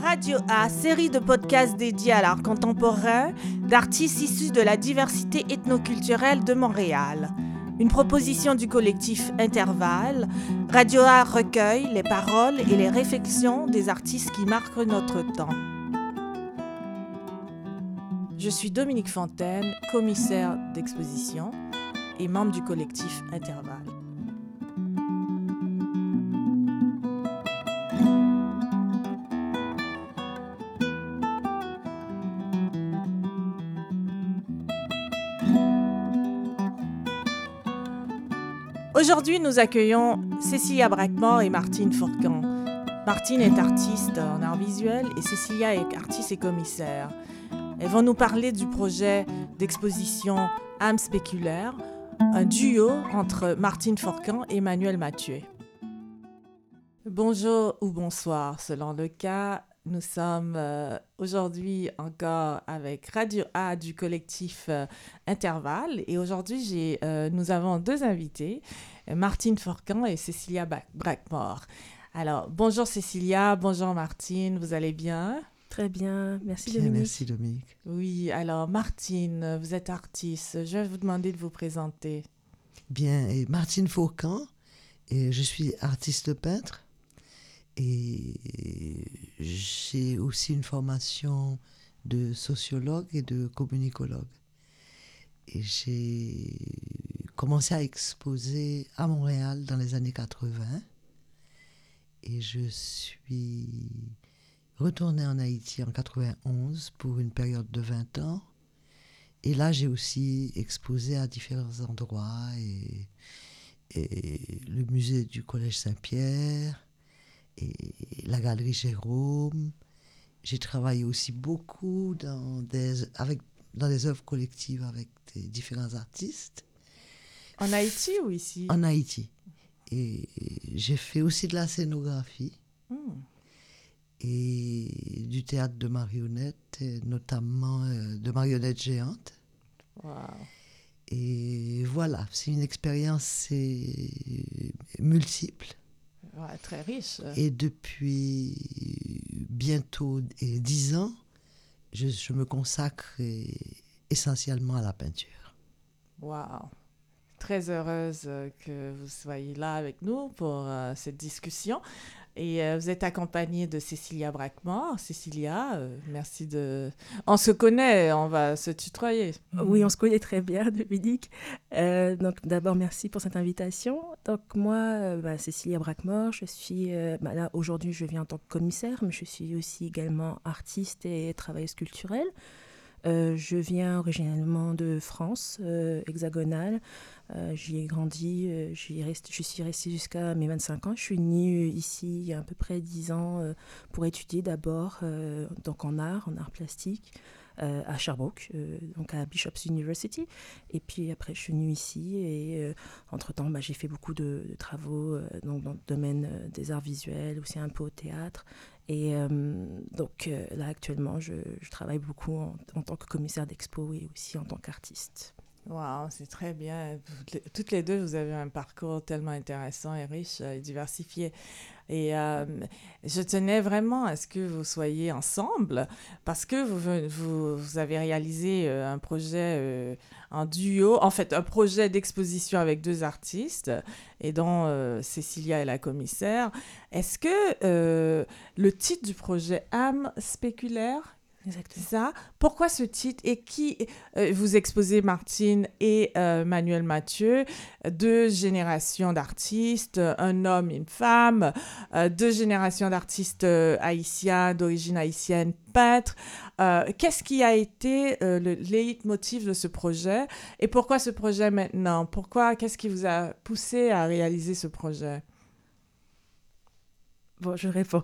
Radio A, série de podcasts dédiés à l'art contemporain d'artistes issus de la diversité ethnoculturelle de Montréal. Une proposition du collectif Intervalle, Radio A recueille les paroles et les réflexions des artistes qui marquent notre temps. Je suis Dominique Fontaine, commissaire d'exposition et membre du collectif Intervalle. Aujourd'hui, nous accueillons Cécilia Brackmore et Martine Fourcan. Martine est artiste en art visuel et Cécilia est artiste et commissaire. Elles vont nous parler du projet d'exposition Âme spéculaire, un duo entre Martine Fourcan et Emmanuel Mathieu. Bonjour ou bonsoir, selon le cas. Nous sommes aujourd'hui encore avec Radio A du collectif Intervalle. Et aujourd'hui, nous avons deux invités, Martine Fourcan et Cécilia Brackmore. Alors, bonjour Cécilia, bonjour Martine, vous allez bien? Très bien, merci Bien, Dominique. merci Dominique. Oui, alors Martine, vous êtes artiste. Je vais vous demander de vous présenter. Bien, et Martine Fourcan, et je suis artiste peintre. Et j'ai aussi une formation de sociologue et de communicologue. Et j'ai commencé à exposer à Montréal dans les années 80. Et je suis retournée en Haïti en 91 pour une période de 20 ans. Et là, j'ai aussi exposé à différents endroits. Et le musée du Collège Saint-Pierre, et la galerie Jérôme. J'ai travaillé aussi beaucoup dans des œuvres collectives avec des différents artistes. En Haïti ou ici? En Haïti. Et j'ai fait aussi de la scénographie et du théâtre de marionnettes, et notamment de marionnettes géantes. Wow. Et voilà, c'est une expérience multiple. Ouais, très riche. Et depuis bientôt 10 ans, je me consacre essentiellement à la peinture. Wow. Très heureuse que vous soyez là avec nous pour cette discussion. Et vous êtes accompagnée de Cécilia Brackmore. Cécilia, merci de... On se connaît, on va se tutoyer. Oui, on se connaît très bien, Dominique. Donc, d'abord, merci pour cette invitation. Donc, moi, Cécilia Brackmore, je suis... là, aujourd'hui, je viens en tant que commissaire, mais je suis aussi également artiste et travailleuse culturelle. Je viens originellement de France, hexagonale. J'y ai grandi, je suis restée jusqu'à mes 25 ans. Je suis née ici il y a à peu près 10 ans pour étudier d'abord donc en art plastique, à Sherbrooke, donc à Bishop's University. Et puis après, je suis venue ici et entre-temps, j'ai fait beaucoup de travaux donc dans le domaine des arts visuels, aussi un peu au théâtre. Et donc là, actuellement, je travaille beaucoup en tant que commissaire d'expo et aussi en tant qu'artiste. Wow, c'est très bien. Toutes les deux, vous avez un parcours tellement intéressant et riche et diversifié. Et je tenais vraiment à ce que vous soyez ensemble parce que vous avez réalisé un projet en duo, en fait, un projet d'exposition avec deux artistes et dont Cécilia est la commissaire. Est-ce que le titre du projet Âme spéculaire, Exactement. c'est ça? Pourquoi ce titre? Et qui vous exposez Martine et Emmanuel Mathieu, deux générations d'artistes, un homme et une femme, deux générations d'artistes haïtiens, d'origine haïtienne, peintres. Qu'est-ce qui a été le leitmotiv de ce projet? Et pourquoi ce projet maintenant? Qu'est-ce qui vous a poussé à réaliser ce projet? Bon, je réponds.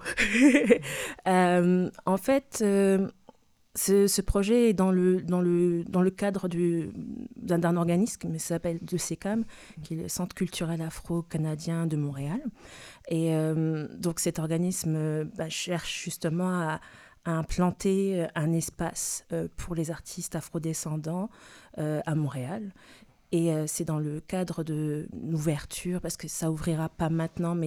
En fait... Ce projet est dans le cadre d'un organisme qui s'appelle le CECAM, qui est le Centre culturel afro-canadien de Montréal. Et donc cet organisme cherche justement à implanter un espace pour les artistes afrodescendants à Montréal. Et c'est dans le cadre d'une ouverture, parce que ça ouvrira pas maintenant, mais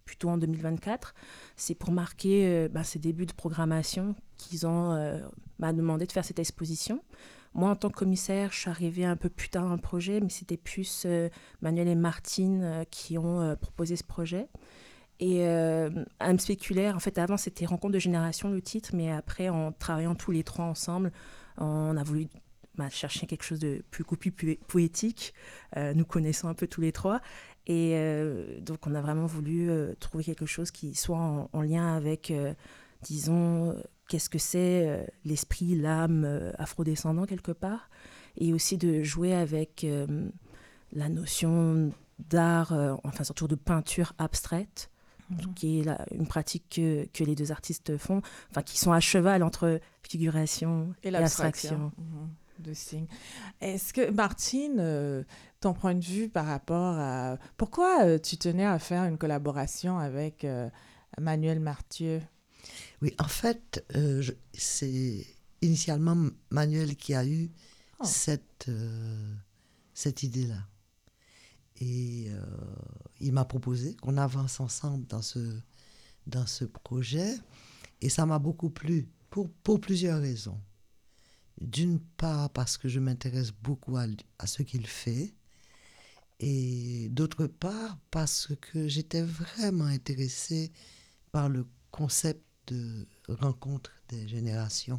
plutôt en 2024. C'est pour marquer ces débuts de programmation qu'ils m'a demandé de faire cette exposition. Moi, en tant que commissaire, je suis arrivée un peu plus tard dans le projet, mais c'était plus Manuel et Martine qui ont proposé ce projet. Et âme spéculaire, en fait, avant, c'était Rencontre de génération, le titre, mais après, en travaillant tous les trois ensemble, on a voulu chercher quelque chose de plus poétique, nous connaissons un peu tous les trois. Et donc, on a vraiment voulu trouver quelque chose qui soit en lien avec, disons, qu'est-ce que c'est l'esprit, l'âme afrodescendant quelque part. Et aussi de jouer avec la notion d'art, enfin surtout de peinture abstraite, qui est une pratique que les deux artistes font, enfin qui sont à cheval entre figuration et abstraction. De signes. Est-ce que, Martine, ton point de vue par rapport à... Pourquoi tu tenais à faire une collaboration avec Manuel Martieu? Oui, en fait, c'est initialement Manuel qui a eu cette idée-là. Et il m'a proposé qu'on avance ensemble dans ce projet. Et ça m'a beaucoup plu pour plusieurs raisons. D'une part, parce que je m'intéresse beaucoup à ce qu'il fait. Et d'autre part, parce que j'étais vraiment intéressée par le concept de rencontre des générations.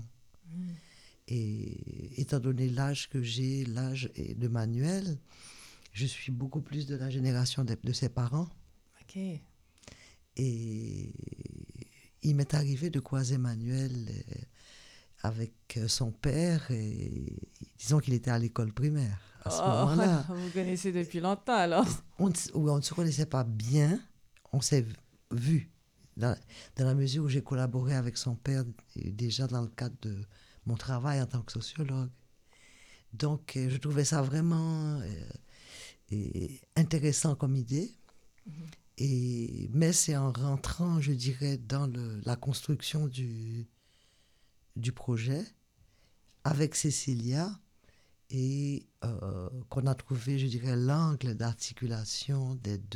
Et étant donné l'âge que j'ai, l'âge de Manuel, je suis beaucoup plus de la génération de ses parents. OK. Et il m'est arrivé de croiser Manuel avec son père. Et disons qu'il était à l'école primaire à ce moment-là. Vous connaissez depuis longtemps, alors? On ne se connaissait pas bien. On s'est vu dans la mesure où j'ai collaboré avec son père déjà dans le cadre de mon travail en tant que sociologue. Donc, je trouvais ça vraiment... intéressant comme idée, mais c'est en rentrant, je dirais, dans la construction du projet avec Cécilia et qu'on a trouvé, je dirais, l'angle d'articulation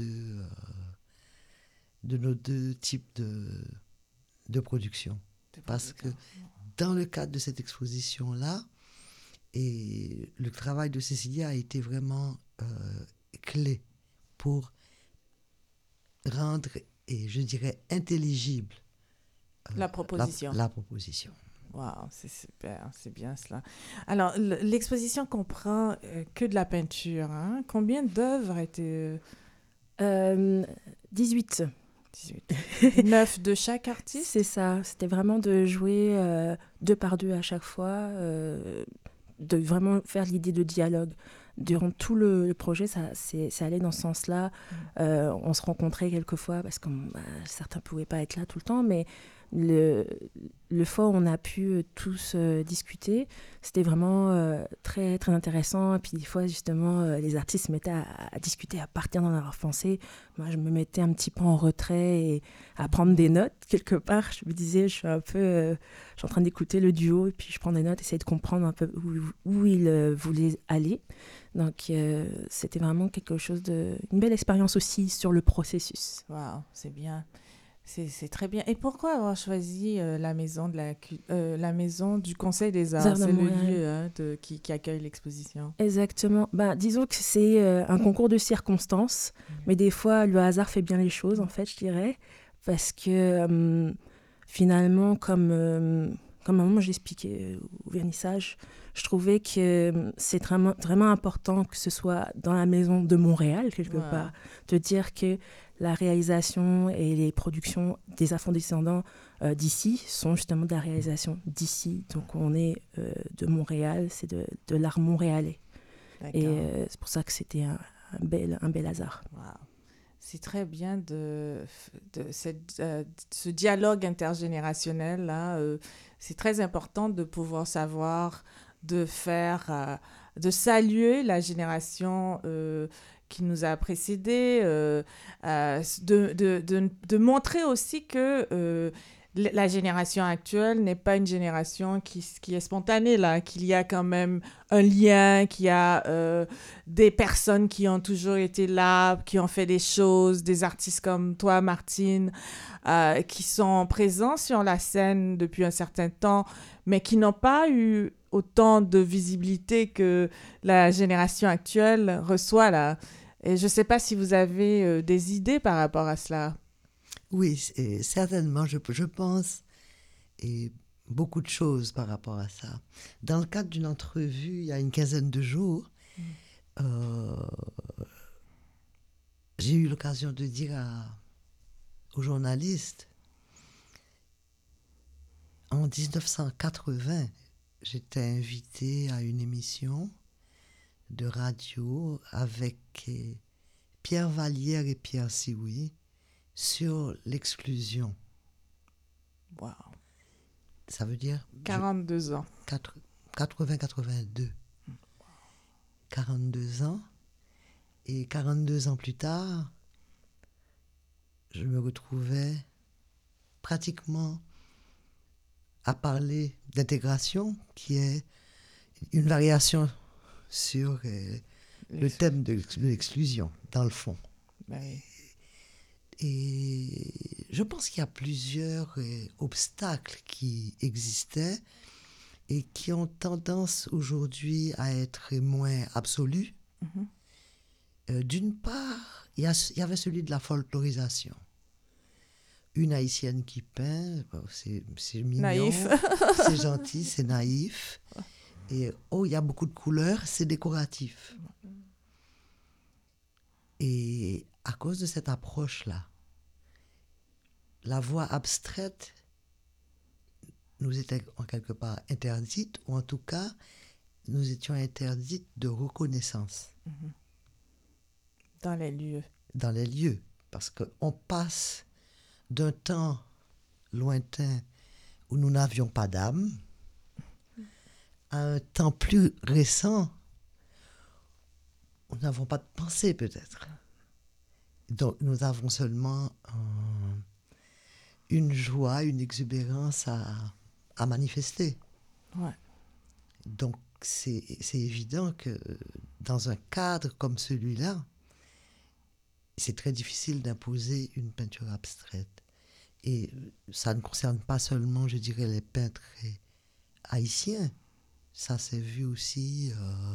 de nos deux types de production. Parce que dans le cadre de cette exposition-là, et le travail de Cécilia a été vraiment clé pour rendre, et je dirais, intelligible la proposition. La proposition. Waouh, c'est super, c'est bien cela. Alors, l'exposition comprend que de la peinture. Hein? Combien d'œuvres étaient... 18. 9 de chaque artiste? C'est ça, c'était vraiment de jouer 2 par 2 à chaque fois, de vraiment faire l'idée de dialogue. Durant tout le projet, ça allait dans ce sens-là. On se rencontrait quelquefois parce que certains ne pouvaient pas être là tout le temps, mais le fois où on a pu tous discuter, c'était vraiment très, très intéressant. Et puis des fois, justement, les artistes se mettaient à discuter, à partir dans leur pensée. Moi, je me mettais un petit peu en retrait et à prendre des notes quelque part. Je me disais, je suis en train d'écouter le duo et puis je prends des notes, essayer de comprendre un peu où ils voulaient aller. Donc, c'était vraiment quelque chose une belle expérience aussi sur le processus. Waouh, c'est bien. C'est très bien. Et pourquoi avoir choisi la maison du Conseil des Arts? C'est le lieu qui accueille l'exposition. Exactement. Disons que c'est un concours de circonstances, mais des fois, le hasard fait bien les choses, en fait, je dirais. Parce que finalement, comme à un moment j'expliquais au vernissage, je trouvais que c'est vraiment, vraiment important que ce soit dans la maison de Montréal, quelque part, de dire que la réalisation et les productions des afro-descendants d'ici sont justement de la réalisation d'ici. Donc on est de Montréal, c'est de l'art montréalais. D'accord. Et c'est pour ça que c'était un bel hasard. Wow. C'est très bien ce dialogue intergénérationnel là. C'est très important de pouvoir savoir, de saluer la génération qui nous a précédés, de montrer aussi que la génération actuelle n'est pas une génération qui est spontanée, là, qu'il y a quand même un lien, qu'il y a des personnes qui ont toujours été là, qui ont fait des choses, des artistes comme toi, Martine, qui sont présents sur la scène depuis un certain temps, mais qui n'ont pas eu autant de visibilité que la génération actuelle reçoit, là. Et je ne sais pas si vous avez des idées par rapport à cela. Oui, certainement, je pense, et beaucoup de choses par rapport à ça. Dans le cadre d'une entrevue, il y a une quinzaine de jours, j'ai eu l'occasion de dire aux journalistes, en 1980, j'étais invitée à une émission de radio avec Pierre Vallière et Pierre Sioui sur l'exclusion. Wow. Ça veut dire 42 ans. 80-82. 42 ans. Et 42 ans plus tard, je me retrouvais pratiquement à parler d'intégration, qui est une variation sur le thème de l'exclusion, dans le fond. Oui. Et je pense qu'il y a plusieurs obstacles qui existaient et qui ont tendance aujourd'hui à être moins absolus. Mm-hmm. D'une part, il y avait celui de la folklorisation. Une Haïtienne qui peint, c'est mignon, naïf. C'est gentil, c'est naïf. Et il y a beaucoup de couleurs, c'est décoratif. Et à cause de cette approche-là, la voix abstraite nous était en quelque part interdite, ou en tout cas, nous étions interdites de reconnaissance. Mm-hmm. Dans les lieux. Dans les lieux, parce qu'on passe d'un temps lointain où nous n'avions pas d'âme à un temps plus récent où nous n'avons pas de pensée peut-être. Donc nous avons seulement une joie, une exubérance à manifester. Ouais. Donc c'est évident que dans un cadre comme celui-là, c'est très difficile d'imposer une peinture abstraite. Et ça ne concerne pas seulement, je dirais, les peintres haïtiens. Ça s'est vu aussi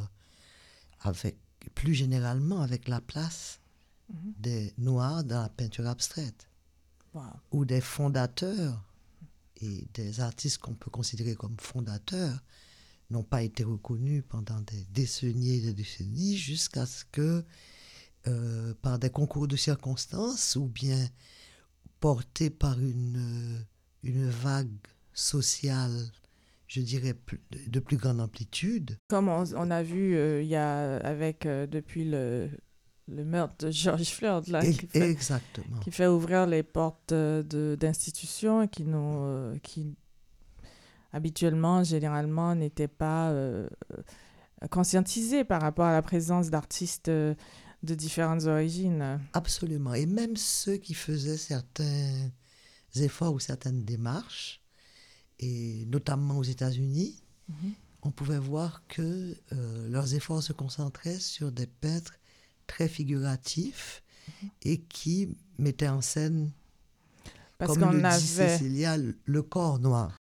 plus généralement avec la place des Noirs dans la peinture abstraite. Wow. Ou des fondateurs et des artistes qu'on peut considérer comme fondateurs n'ont pas été reconnus pendant des décennies et des décennies jusqu'à ce que, par des concours de circonstances ou bien portés par une vague sociale, je dirais, de plus grande amplitude. Comme on a vu il y a depuis le meurtre de George Floyd, là, qui fait ouvrir les portes d'institutions qui habituellement, généralement, n'étaient pas conscientisées par rapport à la présence d'artistes de différentes origines. Absolument. Et même ceux qui faisaient certains efforts ou certaines démarches, et notamment aux États-Unis, on pouvait voir que leurs efforts se concentraient sur des peintres très figuratifs et qui mettaient en scène, comme le dit Cécilia, le corps noir.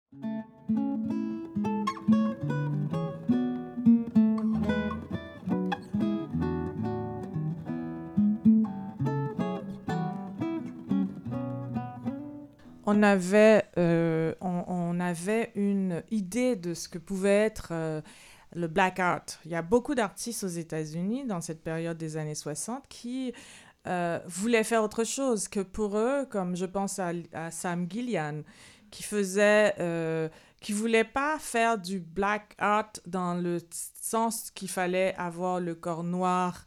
On avait une idée de ce que pouvait être le black art. Il y a beaucoup d'artistes aux États-Unis dans cette période des années 60 qui voulaient faire autre chose que pour eux, comme je pense à Sam Gillian, qui voulait pas faire du black art dans le sens qu'il fallait avoir le corps noir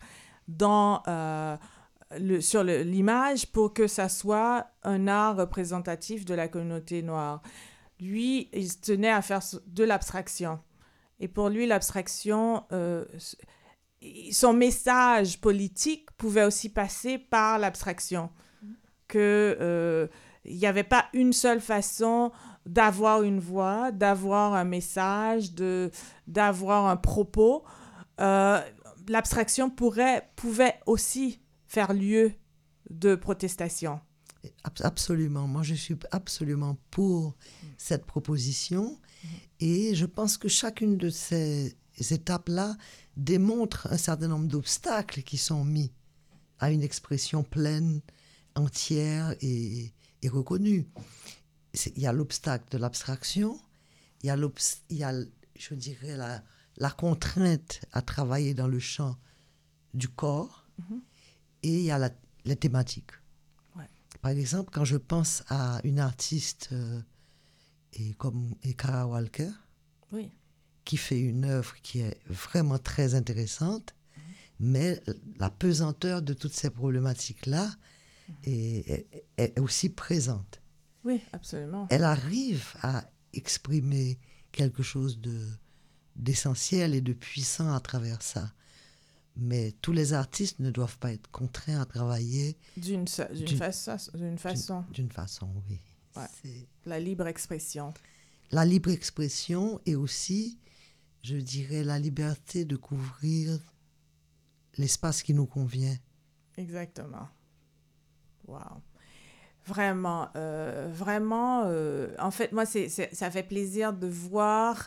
sur l'image pour que ça soit un art représentatif de la communauté noire. Lui, il tenait à faire de l'abstraction. Et pour lui, l'abstraction, son message politique pouvait aussi passer par l'abstraction. il n'y avait pas une seule façon d'avoir une voix, d'avoir un message, d'avoir un propos. L'abstraction pouvait aussi faire lieu de protestation. Absolument. Moi, je suis absolument pour cette proposition. Et je pense que chacune de ces étapes-là démontre un certain nombre d'obstacles qui sont mis à une expression pleine, entière et reconnue. Il y a l'obstacle de l'abstraction, il y a, je dirais, la contrainte à travailler dans le champ du corps, et il y a les thématiques. Ouais. Par exemple, quand je pense à une artiste comme Kara Walker, Oui. qui fait une œuvre qui est vraiment très intéressante, mais la pesanteur de toutes ces problématiques-là est aussi présente. Oui, absolument. Elle arrive à exprimer quelque chose d'essentiel et de puissant à travers ça. Mais tous les artistes ne doivent pas être contraints à travailler D'une façon. D'une façon, oui. Ouais. C'est La libre expression. la libre expression et aussi, je dirais, la liberté de couvrir l'espace qui nous convient. Exactement. Wow. Vraiment, vraiment. En fait, moi, ça fait plaisir de voir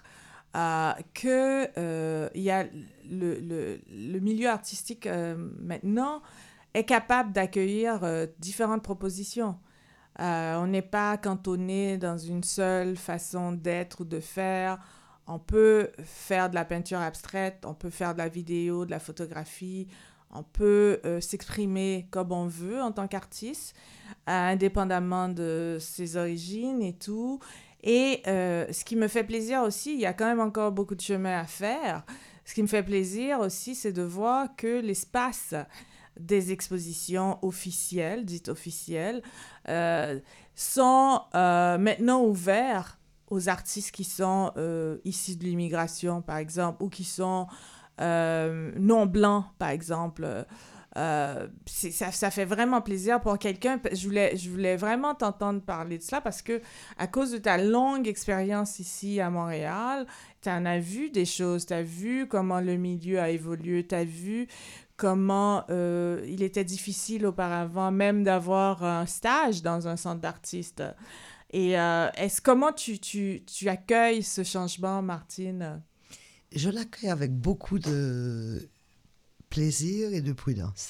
que il y a le milieu artistique maintenant est capable d'accueillir différentes propositions. On n'est pas cantonné dans une seule façon d'être ou de faire. On peut faire de la peinture abstraite, on peut faire de la vidéo, de la photographie, on peut s'exprimer comme on veut en tant qu'artiste, indépendamment de ses origines et tout. Et ce qui me fait plaisir aussi, il y a quand même encore beaucoup de chemin à faire. Ce qui me fait plaisir aussi, c'est de voir que l'espace des expositions officielles, dites officielles, sont maintenant ouverts aux artistes qui sont issus de l'immigration, par exemple, ou qui sont non blancs, par exemple. Ça fait vraiment plaisir pour quelqu'un. Je voulais vraiment t'entendre parler de cela parce que à cause de ta longue expérience ici à Montréal, tu en as vu des choses, tu as vu comment le milieu a évolué, tu as vu comment il était difficile auparavant même d'avoir un stage dans un centre d'artistes. Et comment tu accueilles ce changement, Martine? Je l'accueille avec beaucoup de plaisir et de prudence.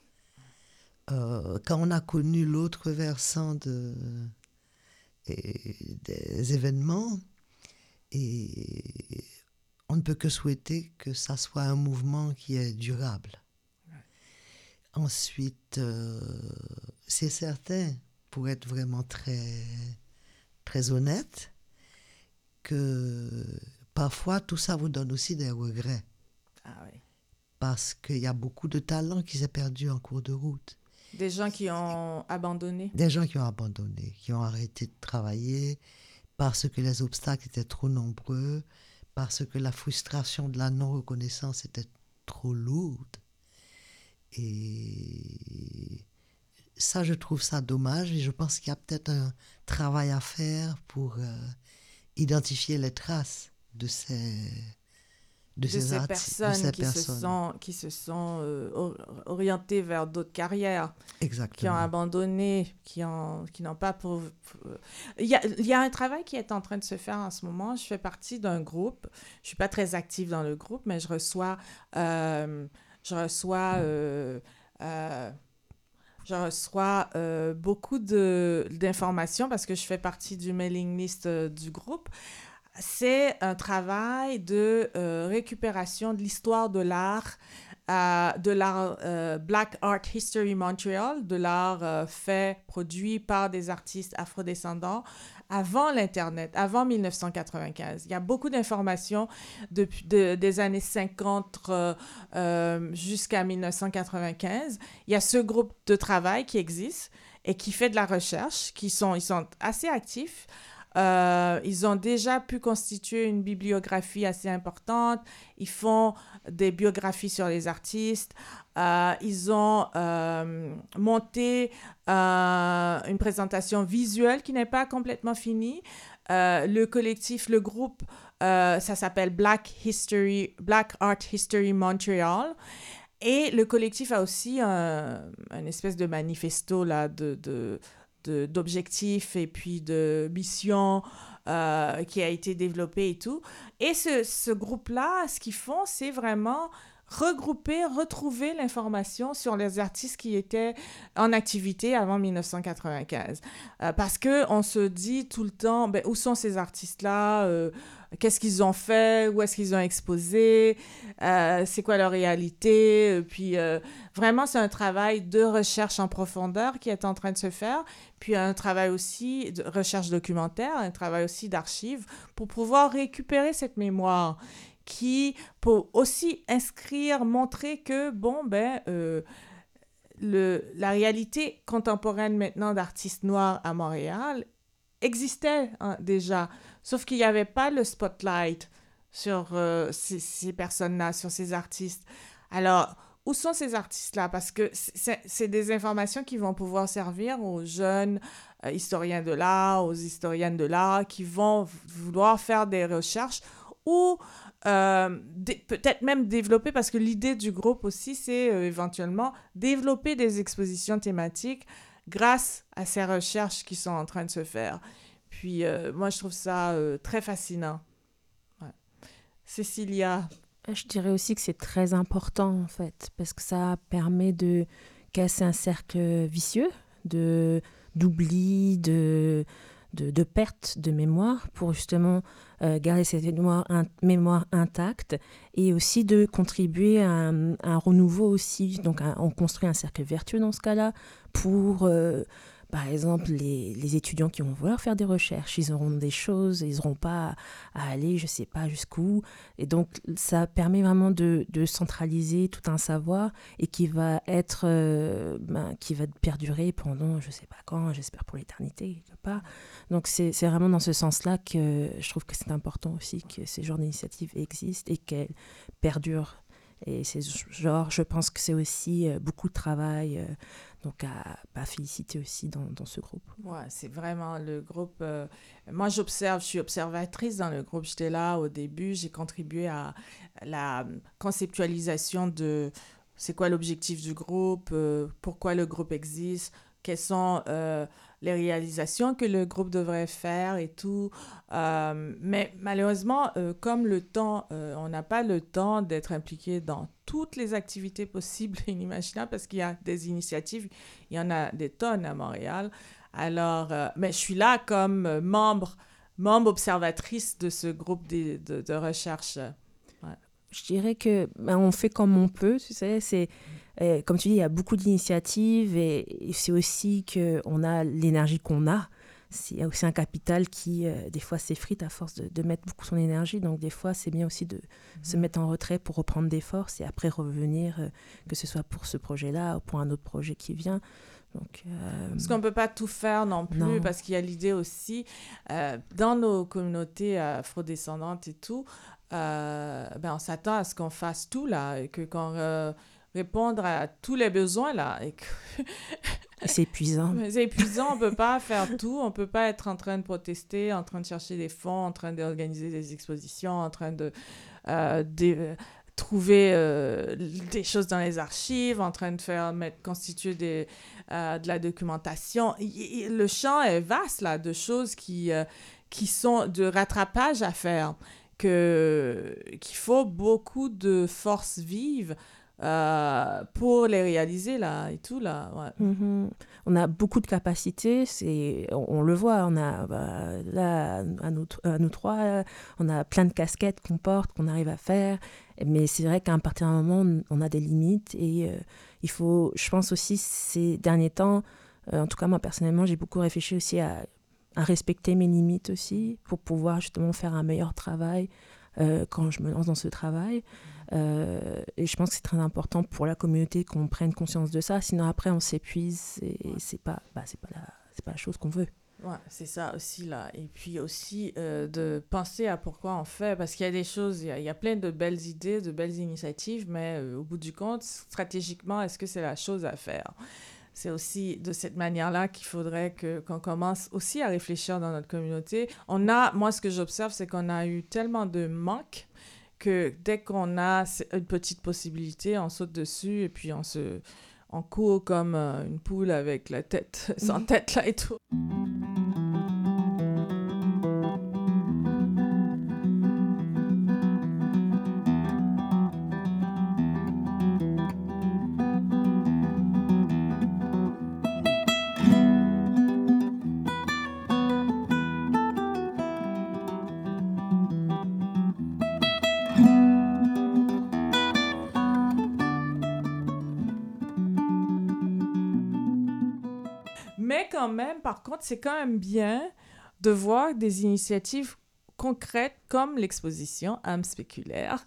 Quand on a connu l'autre versant des événements, et on ne peut que souhaiter que ça soit un mouvement qui est durable. Ouais. Ensuite, c'est certain, pour être vraiment très, très honnête, que parfois tout ça vous donne aussi des regrets. Ah oui. Parce qu'il y a beaucoup de talent qui s'est perdu en cours de route. Des gens qui ont abandonné. Des gens qui ont abandonné, qui ont arrêté de travailler parce que les obstacles étaient trop nombreux, parce que la frustration de la non-reconnaissance était trop lourde. Et ça, je trouve ça dommage. Et je pense qu'il y a peut-être un travail à faire pour identifier les traces de ces personnes qui se sont orientées vers d'autres carrières. Exactement. Qui ont abandonné, qui n'ont pas Il y a un travail qui est en train de se faire en ce moment. Je fais partie d'un groupe. Je ne suis pas très active dans le groupe, mais je reçois beaucoup d'informations parce que je fais partie du mailing list du groupe. C'est un travail de récupération de l'histoire de l'art Black Art History Montreal, de l'art fait, produit par des artistes afrodescendants avant l'Internet, avant 1995. Il y a beaucoup d'informations depuis des années 50 jusqu'à 1995. Il y a ce groupe de travail qui existe et qui fait de la recherche, ils sont assez actifs. Ils ont déjà pu constituer une bibliographie assez importante. Ils font des biographies sur les artistes. Ils ont monté une présentation visuelle qui n'est pas complètement finie. Le groupe, ça s'appelle Black Art History Montreal. Et le collectif a aussi une espèce de manifesto là, d'objectifs et puis de missions qui a été développé et tout. Et ce groupe-là, ce qu'ils font, c'est vraiment regrouper, retrouver l'information sur les artistes qui étaient en activité avant 1995. Parce qu'on se dit tout le temps, où sont ces artistes-là? Qu'est-ce qu'ils ont fait? Où est-ce qu'ils ont exposé? C'est quoi leur réalité? Puis vraiment, c'est un travail de recherche en profondeur qui est en train de se faire. Puis un travail aussi de recherche documentaire, un travail aussi d'archives pour pouvoir récupérer cette mémoire pour aussi inscrire, montrer que, la réalité contemporaine maintenant d'artistes noirs à Montréal existait déjà, sauf qu'il n'y avait pas le spotlight sur ces personnes-là, sur ces artistes. Alors, où sont ces artistes-là? Parce que c'est des informations qui vont pouvoir servir aux jeunes historiens de l'art, aux historiennes de l'art, qui vont vouloir faire des recherches ou peut-être même développer, parce que l'idée du groupe aussi, c'est éventuellement développer des expositions thématiques grâce à ces recherches qui sont en train de se faire. Puis moi, je trouve ça très fascinant. Ouais. Cécilia? Je dirais aussi que c'est très important, en fait, parce que ça permet de casser un cercle vicieux d'oubli, de perte de mémoire pour justement garder cette mémoire intacte et aussi de contribuer à un renouveau aussi. Donc, on construit un cercle vertueux dans ce cas-là pour, par exemple, les étudiants qui vont vouloir faire des recherches. Ils auront des choses, ils n'auront pas à aller, je ne sais pas jusqu'où. Et donc, ça permet vraiment de centraliser tout un savoir et qui va perdurer pendant, je ne sais pas quand, j'espère pour l'éternité, quelque part. Donc, c'est vraiment dans ce sens-là que je trouve que c'est important aussi que ces genres d'initiatives existent et qu'elles perdurent. Et je pense que c'est aussi beaucoup de travail, donc à féliciter aussi dans ce groupe. Ouais, c'est vraiment le groupe. Moi, je suis observatrice dans le groupe. J'étais là au début, j'ai contribué à la conceptualisation de c'est quoi l'objectif du groupe, pourquoi le groupe existe, quelles sont les réalisations que le groupe devrait faire et tout. Mais malheureusement, comme on n'a pas le temps d'être impliqué dans toutes les activités possibles et inimaginables parce qu'il y a des initiatives, il y en a des tonnes à Montréal. Alors, mais je suis là comme membre observatrice de ce groupe de recherche. Ouais. Je dirais que on fait comme on peut, tu sais, comme tu dis, il y a beaucoup d'initiatives et c'est aussi qu'on a l'énergie qu'on a. Il y a aussi un capital qui, des fois, s'effrite à force de mettre beaucoup son énergie. Donc, des fois, c'est bien aussi de se mettre en retrait pour reprendre des forces et après revenir, que ce soit pour ce projet-là ou pour un autre projet qui vient. Donc, parce qu'on ne peut pas tout faire non plus, parce qu'il y a l'idée aussi, dans nos communautés afrodescendantes et tout, on s'attend à ce qu'on fasse tout, là, et qu'on répondre à tous les besoins, là. Et c'est épuisant. C'est épuisant, on ne peut pas faire tout. On ne peut pas être en train de protester, en train de chercher des fonds, en train d'organiser des expositions, en train de trouver des choses dans les archives, en train de constituer de la documentation. Le champ est vaste, là, de choses qui sont de rattrapage à faire, qu'il faut beaucoup de forces vives pour les réaliser, là, et tout, là. Ouais. Mm-hmm. On a beaucoup de capacités, on le voit, on a, là, à nous trois, on a plein de casquettes qu'on porte, qu'on arrive à faire, mais c'est vrai qu'à un partir d'un moment, on a des limites, et il faut, je pense aussi, ces derniers temps, en tout cas moi personnellement, j'ai beaucoup réfléchi aussi à respecter mes limites aussi, pour pouvoir justement faire un meilleur travail quand je me lance dans ce travail. Et je pense que c'est très important pour la communauté qu'on prenne conscience de ça, sinon après on s'épuise et c'est pas la chose qu'on veut. Ouais, c'est ça aussi là. Et puis aussi de penser à pourquoi on fait, parce qu'il y a des choses, il y a plein de belles idées, de belles initiatives, mais au bout du compte, stratégiquement, est-ce que c'est la chose à faire? C'est aussi de cette manière-là qu'il faudrait qu'on commence aussi à réfléchir dans notre communauté. Moi, ce que j'observe, c'est qu'on a eu tellement de manques que dès qu'on a une petite possibilité, on saute dessus et puis on court comme une poule avec la tête, sans tête là et tout. Mais quand même, par contre, c'est quand même bien de voir des initiatives concrètes comme l'exposition âme spéculaire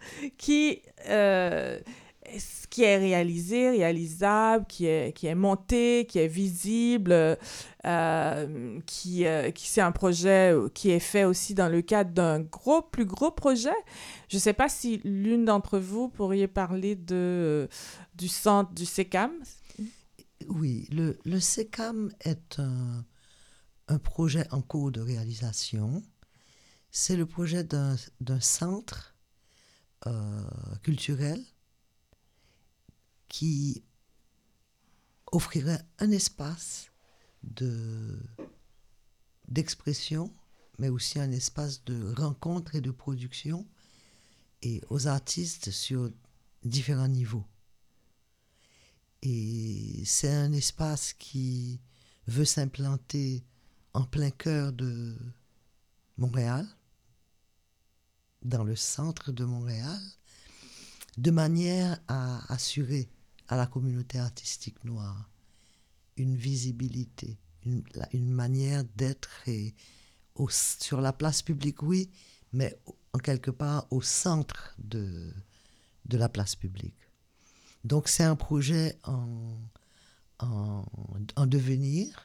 qui est réalisable, qui est montée, qui est visible, qui c'est un projet qui est fait aussi dans le cadre d'un plus gros projet. Je ne sais pas si l'une d'entre vous pourriez parler du centre du SECAM. Oui, le SECAM est un projet en cours de réalisation. C'est le projet d'un centre culturel qui offrirait un espace d'expression, mais aussi un espace de rencontre et de production et aux artistes sur différents niveaux. Et c'est un espace qui veut s'implanter en plein cœur de Montréal, dans le centre de Montréal, de manière à assurer à la communauté artistique noire une visibilité, une manière d'être sur la place publique, oui, mais en quelque part au centre de la place publique. Donc c'est un projet en devenir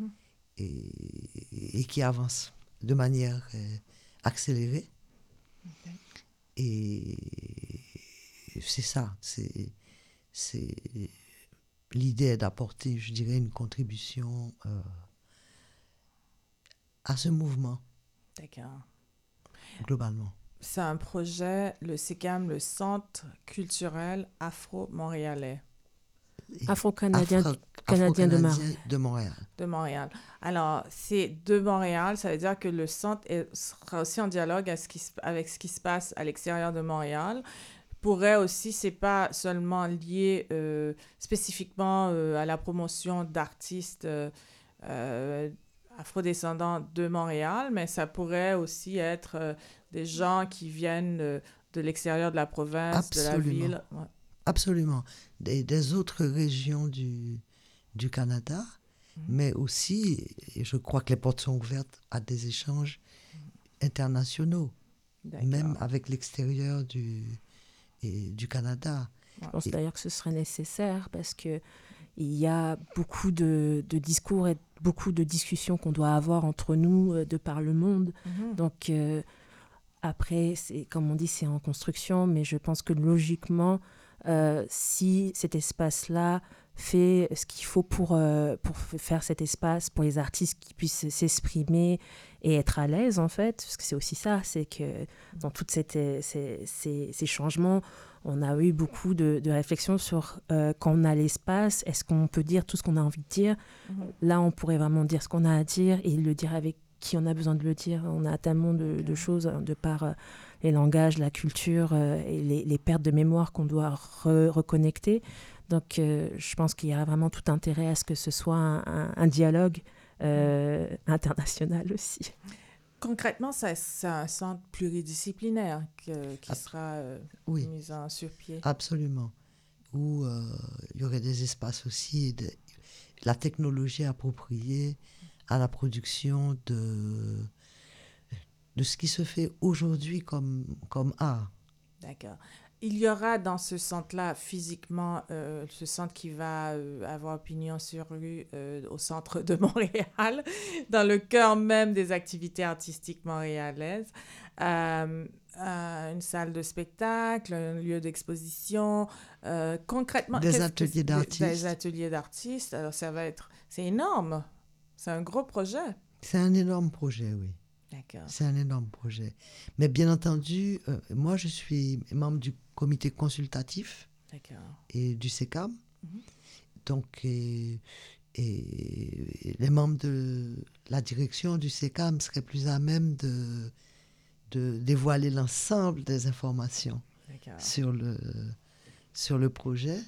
et qui avance de manière accélérée. Okay. Et c'est ça, c'est l'idée est d'apporter, je dirais, une contribution à ce mouvement. D'accord. Globalement. C'est un projet, le SECAM, le Centre culturel afro-montréalais. Afro-canadien De Montréal. De Montréal. Alors, c'est de Montréal, ça veut dire que le centre sera aussi en dialogue avec ce qui se passe à l'extérieur de Montréal. Pourrait aussi, c'est pas seulement lié spécifiquement à la promotion d'artistes afrodescendants de Montréal, mais ça pourrait aussi être des gens qui viennent de l'extérieur de la province, Absolument. de la ville. Ouais. Absolument. Des autres régions du Canada, mais aussi, et je crois que les portes sont ouvertes à des échanges internationaux, même avec l'extérieur du Canada. Je pense d'ailleurs que ce serait nécessaire parce qu'il y a beaucoup de discours et beaucoup de discussions qu'on doit avoir entre nous de par le monde. Donc après, comme on dit, c'est en construction, mais je pense que logiquement, si cet espace-là fait ce qu'il faut pour faire cet espace, pour les artistes qui puissent s'exprimer et être à l'aise, en fait, parce que c'est aussi ça, c'est que dans tous ces changements, on a eu beaucoup de réflexions sur quand on a l'espace, est-ce qu'on peut dire tout ce qu'on a envie de dire? Là, on pourrait vraiment dire ce qu'on a à dire et le dire avec qui on a besoin de le dire. On a tellement de choses de par les langages, la culture et les pertes de mémoire qu'on doit reconnecter. Donc, je pense qu'il y a vraiment tout intérêt à ce que ce soit un dialogue international aussi. Concrètement, c'est un centre pluridisciplinaire qui sera mis sur pied. Absolument. Où il y aurait des espaces aussi, la technologie appropriée à la production de ce qui se fait aujourd'hui comme art. D'accord. il y aura dans ce centre-là, physiquement, ce centre qui va avoir pignon sur rue au centre de Montréal, dans le cœur même des activités artistiques montréalaises. Une salle de spectacle, un lieu d'exposition, concrètement... Des ateliers d'artistes. Des ateliers d'artistes. Alors, ça va être... C'est énorme. C'est un gros projet. C'est un énorme projet, oui. D'accord. C'est un énorme projet. Mais bien entendu, moi, je suis membre du comité consultatif et du SECAM. Mm-hmm. Donc, et les membres de la direction du SECAM seraient plus à même de dévoiler l'ensemble des informations sur le projet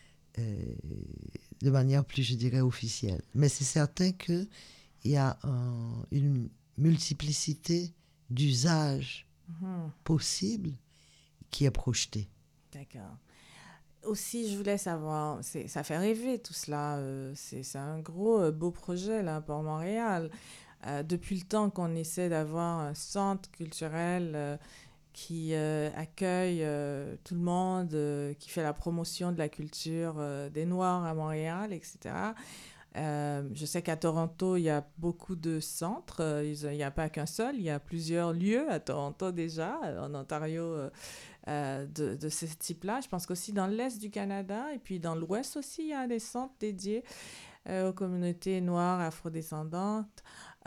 de manière plus, je dirais, officielle. Mais c'est certain qu'il y a une multiplicité d'usages possibles qui est projetée. D'accord. Aussi, je voulais savoir, ça fait rêver tout cela. C'est un gros, beau projet là, pour Montréal. Depuis le temps qu'on essaie d'avoir un centre culturel qui accueille tout le monde, qui fait la promotion de la culture des Noirs à Montréal, etc. Je sais qu'à Toronto, il y a beaucoup de centres. Il n'y a pas qu'un seul, il y a plusieurs lieux à Toronto déjà, en Ontario, de ce type-là. Je pense qu'aussi dans l'Est du Canada et puis dans l'Ouest aussi, il y a des centres dédiés aux communautés noires, afrodescendantes.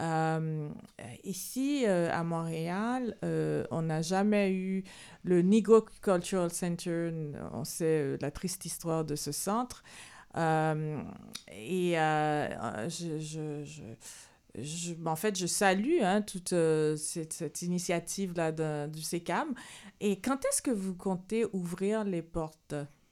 Ici, à Montréal, on n'a jamais eu le Negro Cultural Center. On sait la triste histoire de ce centre. En fait, je salue toute cette initiative-là du SECAM. Et quand est-ce que vous comptez ouvrir les portes?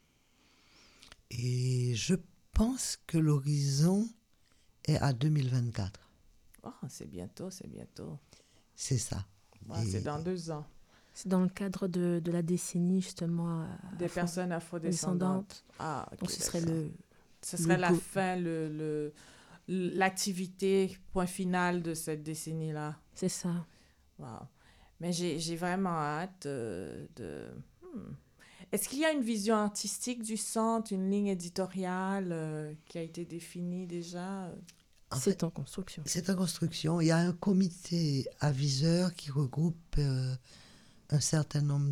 Et je pense que l'horizon est à 2024. Oh, c'est bientôt, c'est bientôt. C'est ça. Ouais, c'est dans 2 ans. C'est dans le cadre de la décennie, justement. Des personnes afrodescendantes. Ah, ok. Donc, ce serait la fin, l'activité, point final de cette décennie-là. C'est ça. Wow. Mais j'ai vraiment hâte Est-ce qu'il y a une vision artistique du centre, une ligne éditoriale qui a été définie déjà? C'est en construction. C'est en construction. Il y a un comité aviseur qui regroupe un certain nombre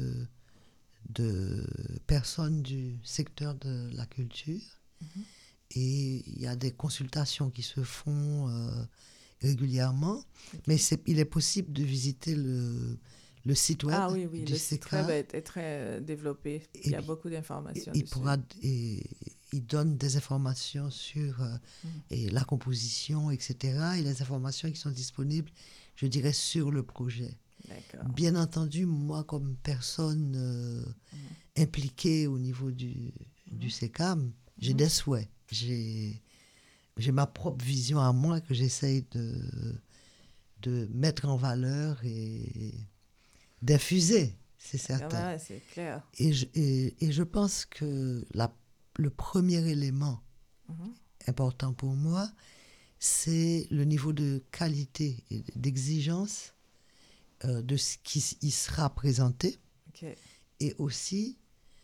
de personnes du secteur de la culture. Mm-hmm. Et il y a des consultations qui se font régulièrement. Okay. Mais il est possible de visiter le site web du le site web est très développé. Il y a beaucoup d'informations dessus. Il donne des informations sur et la composition, etc. Et les informations qui sont disponibles, je dirais, sur le projet. D'accord. Bien entendu, moi, comme personne impliquée au niveau du SECAM, j'ai des souhaits. J'ai ma propre vision à moi que j'essaye de mettre en valeur et d'infuser, c'est certain. Ouais, c'est clair. Et je pense que le premier élément important pour moi, c'est le niveau de qualité et d'exigence de ce qui y sera présenté. Okay. Et aussi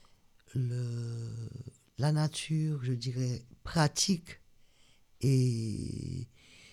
la nature, je dirais, pratique et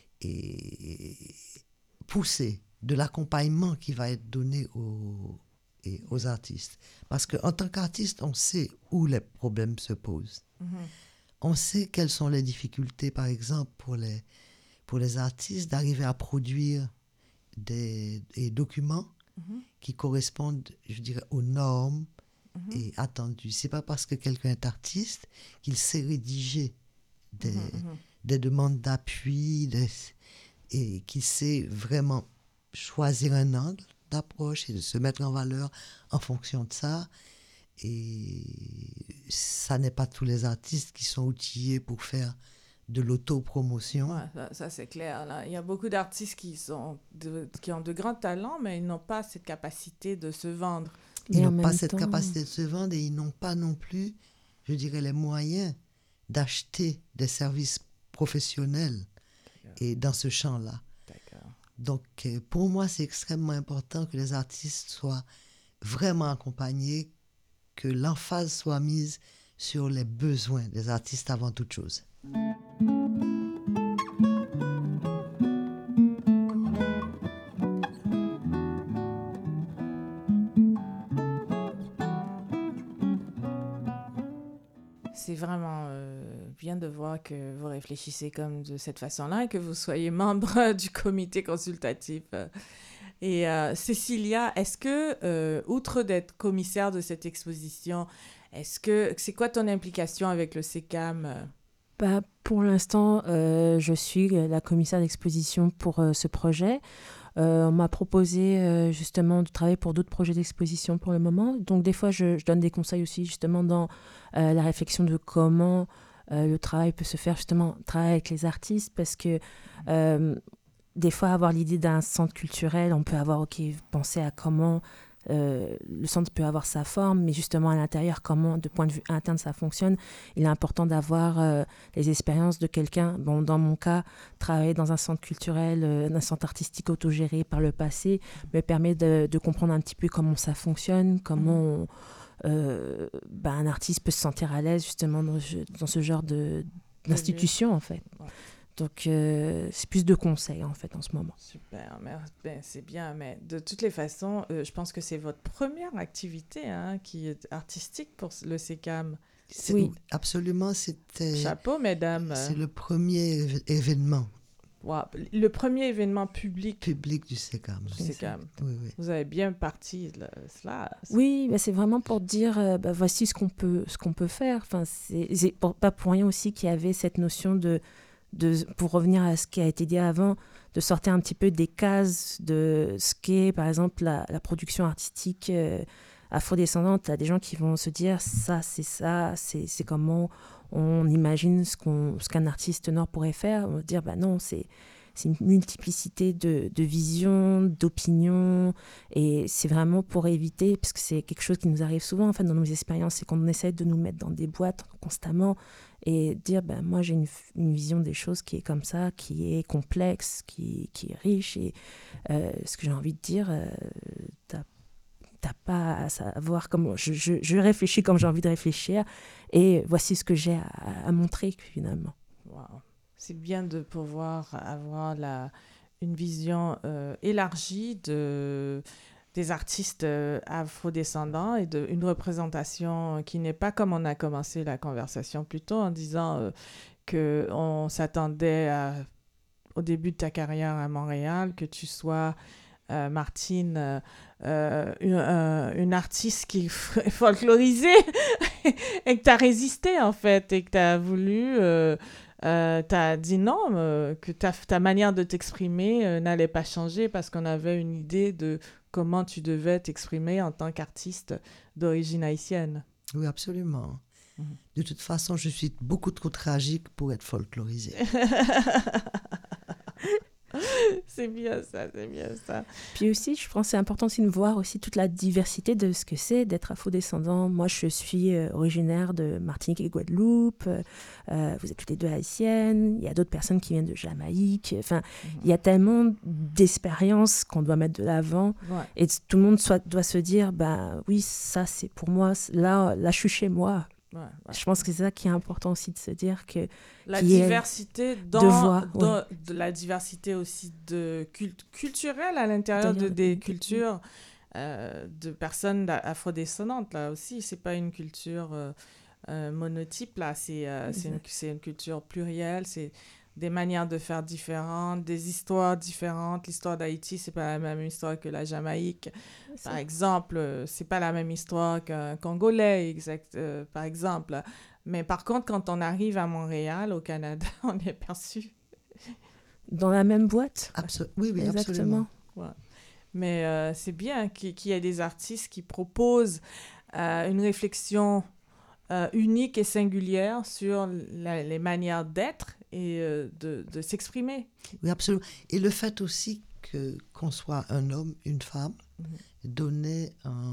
poussée de l'accompagnement qui va être donné aux artistes. Parce qu'en tant qu'artiste, on sait où les problèmes se posent. On sait quelles sont les difficultés, par exemple, pour les artistes d'arriver à produire des documents qui correspondent, je dirais, aux normes et attendues. C'est pas parce que quelqu'un est artiste qu'il sait rédiger des demandes d'appui et qu'il sait vraiment choisir un angle d'approche et de se mettre en valeur en fonction de ça. Et ça n'est pas tous les artistes qui sont outillés pour faire de l'autopromotion. Ouais, ça c'est clair. Là. Il y a beaucoup d'artistes qui ont de grands talents, mais ils n'ont pas cette capacité de se vendre. Ils n'ont pas cette capacité de se vendre et ils n'ont pas non plus, je dirais, les moyens d'acheter des services professionnels et dans ce champ-là. D'accord. Donc, pour moi, c'est extrêmement important que les artistes soient vraiment accompagnés que l'emphase soit mise sur les besoins des artistes avant toute chose. C'est vraiment bien de voir que vous réfléchissez comme de cette façon-là et que vous soyez membre du comité consultatif. Et Cécilia, est-ce que, outre d'être commissaire de cette exposition, c'est quoi ton implication avec le SECAM? Pour l'instant, je suis la commissaire d'exposition pour ce projet. On m'a proposé justement de travailler pour d'autres projets d'exposition pour le moment. Donc des fois, je donne des conseils aussi justement dans la réflexion de comment le travail peut se faire, justement, travailler avec les artistes, parce que des fois, avoir l'idée d'un centre culturel, on peut avoir, penser à comment le centre peut avoir sa forme, mais justement à l'intérieur, comment, de point de vue interne, ça fonctionne. Il est important d'avoir les expériences de quelqu'un. Bon, dans mon cas, travailler dans un centre culturel, un centre artistique autogéré par le passé, me permet de comprendre un petit peu comment ça fonctionne, comment un artiste peut se sentir à l'aise justement dans ce genre d'institution, en fait. Ouais. Donc, c'est plus de conseils, en fait, en ce moment. Super, c'est bien. Mais de toutes les façons, je pense que c'est votre première activité qui est artistique pour le SECAM. Oui, absolument. C'était... Chapeau, mesdames. C'est le premier événement. Wow. Le premier événement public du SECAM. Oui. Vous avez bien parti cela. Oui, c'est vraiment pour dire, voici ce qu'on peut faire. Enfin, c'est pas pour rien aussi qu'il y avait cette notion pour revenir à ce qui a été dit avant, de sortir un petit peu des cases de ce qu'est, par exemple, la production artistique afrodescendante. Il y a des gens qui vont se dire, c'est comment on imagine ce qu'un artiste noir pourrait faire. On va dire, non, c'est une multiplicité de visions, d'opinions, et c'est vraiment pour éviter, parce que c'est quelque chose qui nous arrive souvent en fait, dans nos expériences, c'est qu'on essaie de nous mettre dans des boîtes constamment et dire, moi j'ai une vision des choses qui est comme ça, qui est complexe, qui est riche, et ce que j'ai envie de dire, t'as pas à savoir comment... Je réfléchis comme j'ai envie de réfléchir, et voici ce que j'ai à montrer finalement. Wow. C'est bien de pouvoir avoir une vision élargie des artistes afrodescendants et une représentation qui n'est pas comme on a commencé la conversation plus tôt en disant qu'on s'attendait au début de ta carrière à Montréal, que tu sois, Martine, une artiste qui est folklorisée et que tu as résisté en fait et que tu as voulu... t'as dit non, que ta manière de t'exprimer n'allait pas changer parce qu'on avait une idée de comment tu devais t'exprimer en tant qu'artiste d'origine haïtienne. Oui, absolument. De toute façon, je suis beaucoup trop tragique pour être folklorisée. C'est bien ça, c'est bien ça. Puis aussi, je pense que c'est important aussi de voir aussi toute la diversité de ce que c'est d'être afrodescendant. Moi, je suis originaire de Martinique et Guadeloupe. Vous êtes toutes les deux haïtiennes. Il y a d'autres personnes qui viennent de Jamaïque. Enfin, il y a tellement d'expériences qu'on doit mettre de l'avant. Ouais. Et tout le monde doit se dire, oui, ça, c'est pour moi. Là, je suis chez moi. Ouais. Je pense que c'est ça qui est important aussi de se dire que la diversité de la diversité aussi culturelle à l'intérieur des cultures de personnes afrodescendantes là aussi, c'est pas une culture monotype là, c'est une culture plurielle, c'est des manières de faire différentes, des histoires différentes. L'histoire d'Haïti, c'est pas la même histoire que la Jamaïque. Par exemple, c'est pas la même histoire qu'un Congolais, par exemple. Mais par contre, quand on arrive à Montréal, au Canada, on est perçu dans la même boîte. Oui, exactement. Absolument. Ouais. Mais c'est bien qu'il y ait des artistes qui proposent une réflexion unique et singulière sur les manières d'être et de s'exprimer. Oui, absolument. Et le fait aussi qu'on soit un homme, une femme, donnait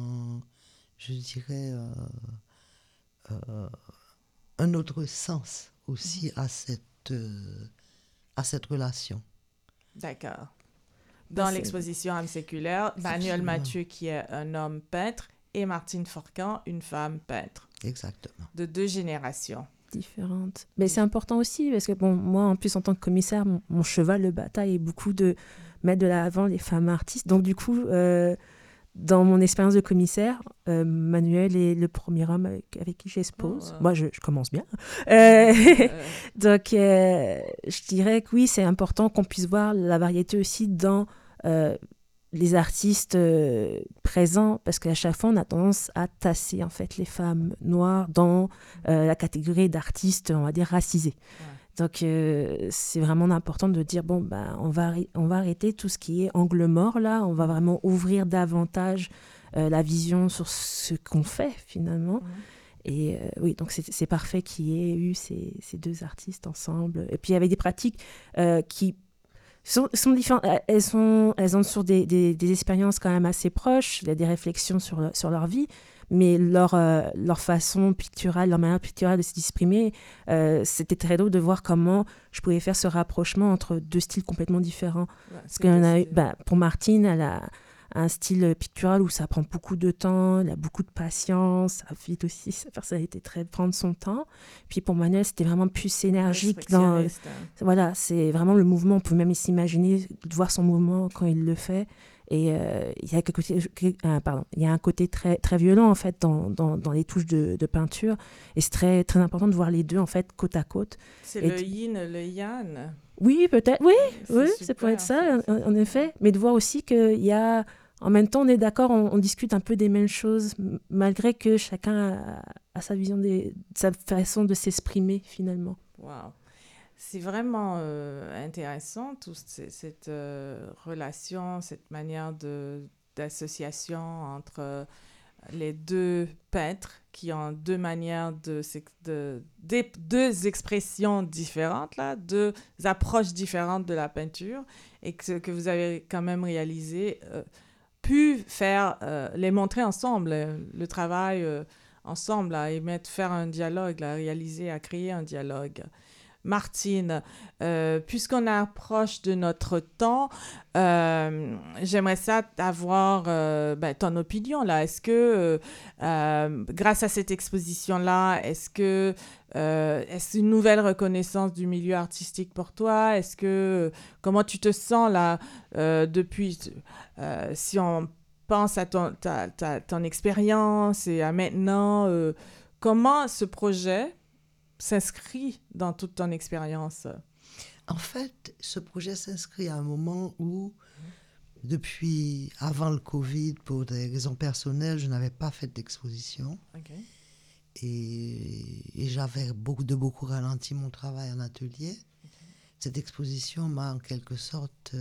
un autre sens aussi à cette relation. D'accord. Dans l'exposition âme séculaire, Manuel Mathieu, qui est un homme peintre, et Martine Forcan, une femme peintre. Exactement. De 2 générations. Différentes. Mais c'est important aussi parce que bon, moi, en plus, en tant que commissaire, mon cheval de bataille est beaucoup de mettre de l'avant les femmes artistes. Donc, du coup, dans mon expérience de commissaire, Manuel est le premier homme avec qui j'expose. Oh, Moi, je commence bien. Donc, je dirais que oui, c'est important qu'on puisse voir la variété aussi dans les artistes présents, parce qu'à chaque fois, on a tendance à tasser en fait les femmes noires dans la catégorie d'artistes, on va dire, racisés. Ouais. Donc, c'est vraiment important de dire, bon, bah, on va arrêter tout ce qui est angle mort, là. On va vraiment ouvrir davantage la vision sur ce qu'on fait, finalement. Et oui, donc c'est parfait qu'il y ait eu ces 2 artistes ensemble. Et puis, il y avait des pratiques qui sont différentes. Elles ont sur des expériences quand même assez proches. Il y a des réflexions sur leur vie. Mais leur façon picturale, leur manière picturale de s'exprimer, c'était très drôle de voir comment je pouvais faire ce rapprochement entre 2 styles complètement différents. Ouais, parce que pour Martine, elle a un style pictural où ça prend beaucoup de temps, elle a beaucoup de patience, ça vite aussi, sa personnalité très prendre son temps. Puis pour Manuel, c'était vraiment plus énergique. Voilà, c'est vraiment le mouvement. On peut même s'imaginer de voir son mouvement quand il le fait. Et il y a un côté très, très violent en fait dans les touches de peinture, et c'est très, très important de voir les deux en fait côte à côte. C'est le yin, le yang. Oui, peut-être, oui, ça pourrait être ça en effet, mais de voir aussi qu'il y a, en même temps on est d'accord, on discute un peu des mêmes choses, malgré que chacun a sa vision, sa façon de s'exprimer finalement. Waouh. C'est vraiment intéressant, toute cette relation, cette manière d'association entre les 2 peintres qui ont 2 manières deux expressions différentes, là, 2 approches différentes de la peinture, et que vous avez quand même réalisé, pu faire, les montrer ensemble, le travail ensemble, là, et faire un dialogue, là, réaliser, à créer un dialogue. Martine, puisqu'on approche de notre temps, j'aimerais ça avoir ton opinion là. Est-ce que grâce à cette exposition-là, est-ce une nouvelle reconnaissance du milieu artistique pour toi? Comment tu te sens là depuis, si on pense à ton expérience et à maintenant, comment ce projet s'inscrit dans toute ton expérience? En fait, ce projet s'inscrit à un moment où, depuis avant le Covid, pour des raisons personnelles, je n'avais pas fait d'exposition. Okay. Et j'avais beaucoup ralenti mon travail en atelier. Okay. Cette exposition m'a en quelque sorte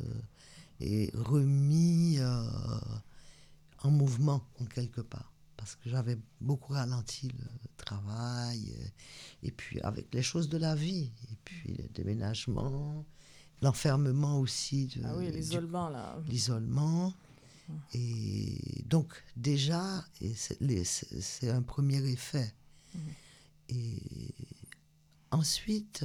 remis en mouvement, en quelque part. Parce que j'avais beaucoup ralenti le travail, et puis avec les choses de la vie, et puis le déménagement, l'enfermement aussi. L'isolement, là. L'isolement. Et donc, déjà, c'est un premier effet. Et ensuite,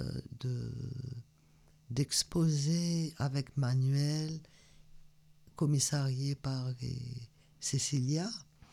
d'exposer avec Manuel, commissarié par Cécilia,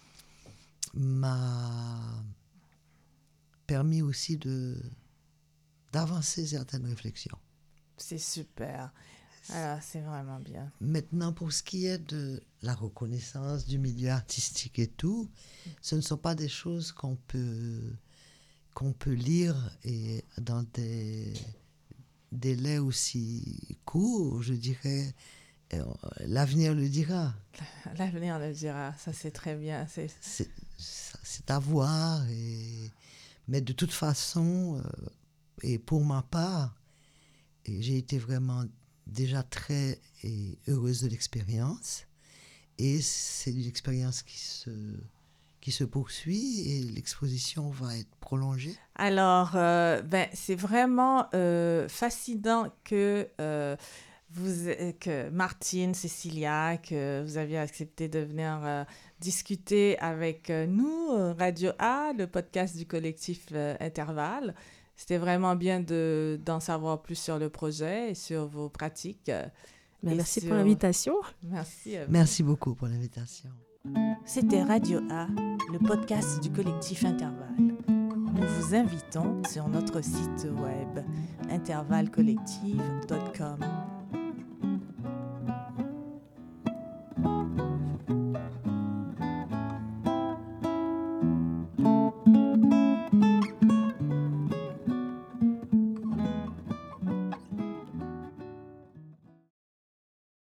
m'a permis aussi d'avancer certaines réflexions. C'est super. Alors, c'est vraiment bien. Maintenant, pour ce qui est de la reconnaissance du milieu artistique et tout, ce ne sont pas des choses qu'on peut lire et dans des délais aussi courts, je dirais. L'avenir le dira. L'avenir le dira, ça c'est très bien. C'est à voir, mais de toute façon, et pour ma part, j'ai été vraiment déjà très heureuse de l'expérience, et c'est une expérience qui se poursuit, et l'exposition va être prolongée. Alors, c'est vraiment fascinant que Martine, Cécilia, que vous aviez accepté de venir discuter avec nous, Radio A, le podcast du collectif Intervalle. C'était vraiment bien d'en savoir plus sur le projet et sur vos pratiques. Merci pour l'invitation. Merci. Merci beaucoup pour l'invitation. C'était Radio A, le podcast du collectif Intervalle. Nous vous invitons sur notre site web intervallecollective.com.